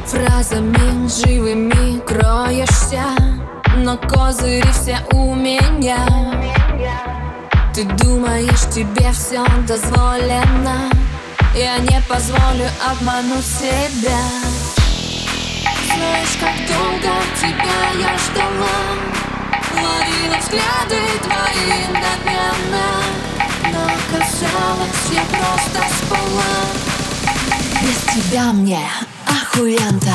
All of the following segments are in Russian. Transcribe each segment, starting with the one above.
Фразами живыми кроешься, но козыри все у меня. Ты думаешь, тебе все дозволено, я не позволю обмануть себя. Знаешь, как долго тебя я ждала, ловила взгляды твои мгновенно, но оказалось, я просто спала. Без тебя мне охуенно.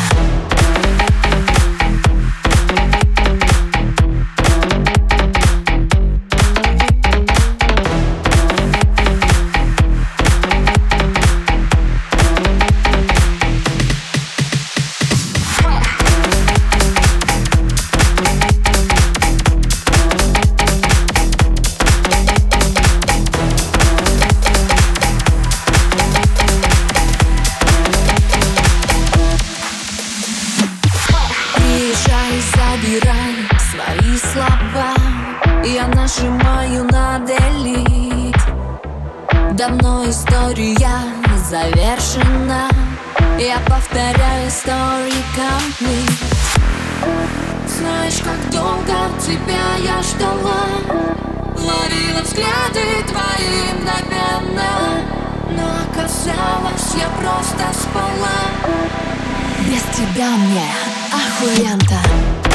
Забирай свои слова, я нажимаю на delete. Давно история завершена, я повторяю story complete. Знаешь, как долго тебя я ждала, ловила взгляды твои мгновенно, но оказалось, я просто спала. Без тебя мне охуенно.